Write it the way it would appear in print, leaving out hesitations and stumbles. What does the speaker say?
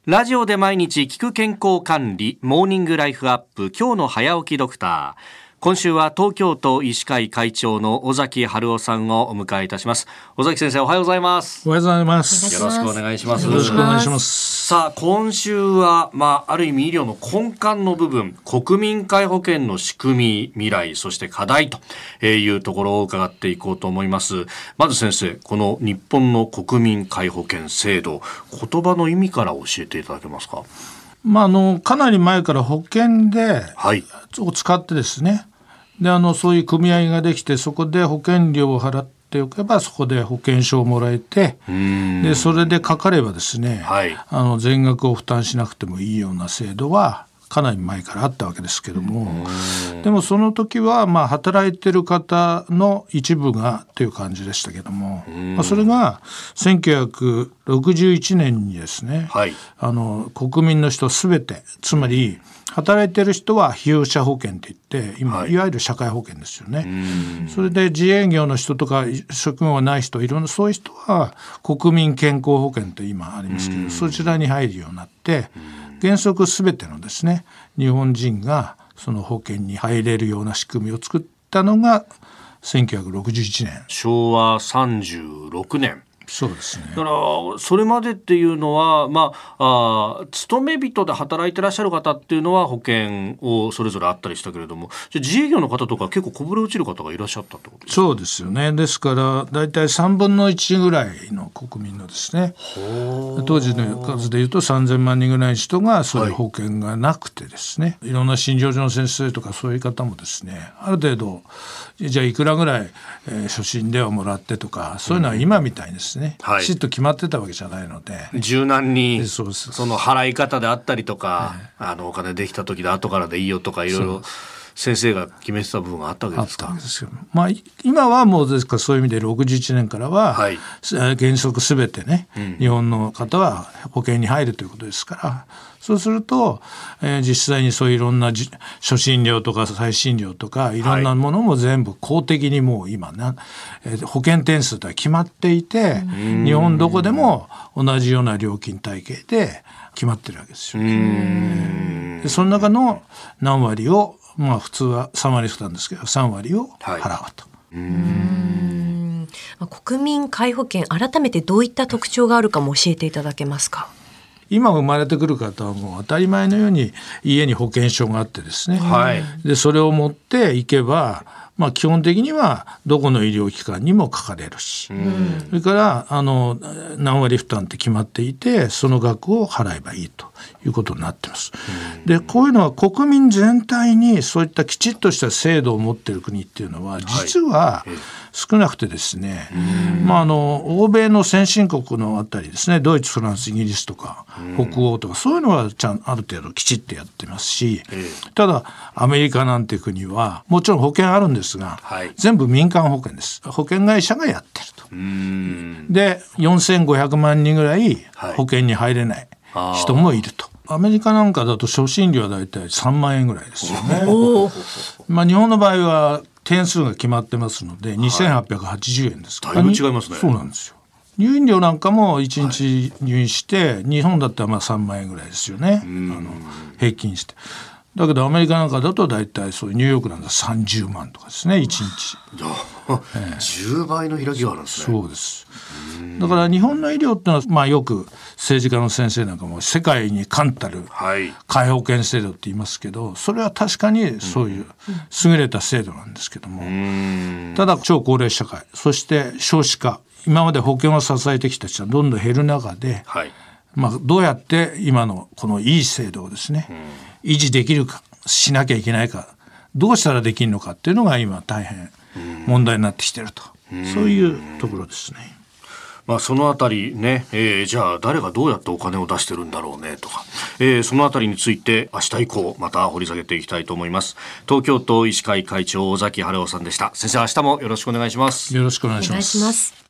ラジオで毎日聞く健康管理モーニングライフアップ、今日の早起きドクター。今週は東京都医師会会長の尾崎治夫さんをお迎えいたします。尾崎先生、おはようございます。 おはようございます。 よろしくお願いします。 よろしくお願いします。 さあ、今週は、ある意味医療の根幹の部分、国民皆保険の仕組み、未来、そして課題というところを伺っていこうと思います。まず先生、この日本の国民皆保険制度、言葉の意味から教えていただけますか。 かなり前から保険で、を使ってですね、でそういう組合ができて、そこで保険料を払っておけばそこで保険証をもらえて、でそれでかかればですね、全額を負担しなくてもいいような制度はかなり前からあったわけですけども、でもその時は働いてる方の一部がという感じでしたけども、それが1961年にですね、国民の人すべて、つまり働いてる人は被用者保険といって今、いわゆる社会保険ですよね。それで自営業の人とか職業がない人、いろんなそういう人は国民健康保険と今ありますけど、そちらに入るようになって、原則すべてのですね、日本人がその保険に入れるような仕組みを作ったのが1961年、 昭和36年。 そうですね。 だからそれまでっていうのは、勤め人で働いてらっしゃる方っていうのは保険をそれぞれあったりしたけれども、じゃあ自営業の方とか結構こぼれ落ちる方がいらっしゃったってことですか。 そうですよね。ですからだいたい3分の1ぐらいの国民のですね、当時の数でいうと3000万人ぐらいの人がそういう保険がなくてですね、いろんな診療所の先生とかそういう方もですね、ある程度じゃあいくらぐらい、初診ではもらってとか、そういうのは今みたいにですね、きちっと決まってたわけじゃないので、 柔軟にその払い方であったりとか、お金できた時で後からでいいよとか、いろいろ先生が決めてた部分があったわけですか。 今はもうですから、そういう意味で61年からは、原則すべてね、日本の方は保険に入るということですから、そうすると、実際にそういういろんな初診料とか再診料とかいろんなものも全部公的にもう今保険点数とは決まっていて、日本どこでも同じような料金体系で決まってるわけですよね。でその中の何割を、普通は3割負担ですけど3割を払うと。 国民皆保険、改めてどういった特徴があるかも教えていただけますか。 今生まれてくる方はもう当たり前のように家に保険証があってですね、でそれを持っていけば、基本的にはどこの医療機関にもかかれるし、それから何割負担って決まっていて、その額を払えばいいということになっています。でこういうのは国民全体にそういったきちっとした制度を持っている国っていうのは実は少なくてですね、欧米の先進国のあたりですね、ドイツ、フランス、イギリスとか北欧とか、そういうのはある程度きちっとやってますし、ただアメリカなんていう国はもちろん保険あるんですが、全部民間保険です。保険会社がやってると。で4500万人ぐらい保険に入れない人もいると。アメリカなんかだと初診料はだいたい3万円ぐらいですよね。日本の場合は点数が決まってますので2880円ですから、 だいぶ違いますね。 そうなんですよ。入院料なんかも1日入院して、日本だったら3万円ぐらいですよね、平均して。だけどアメリカなんかだとだいたいそういうニューヨークなんか30万とかですね、1日。 10倍の開きがあるんですね。 そうです。だから日本の医療ってのは、よく政治家の先生なんかも世界に冠たる皆保険制度って言いますけど、それは確かにそういう優れた制度なんですけども、ただ超高齢社会、そして少子化、今まで保険を支えてきた人はどんどん減る中で、どうやって今のこのいい制度をですね、維持できるか、しなきゃいけないか、どうしたらできるのかっていうのが今大変問題になってきていると、そういうところですね。 そのあたりね、じゃあ誰がどうやってお金を出してるんだろうねとか、そのあたりについて明日以降また掘り下げていきたいと思います。東京都医師会会長尾崎治夫さんでした。先生、明日もよろしくお願いします。 よろしくお願いします。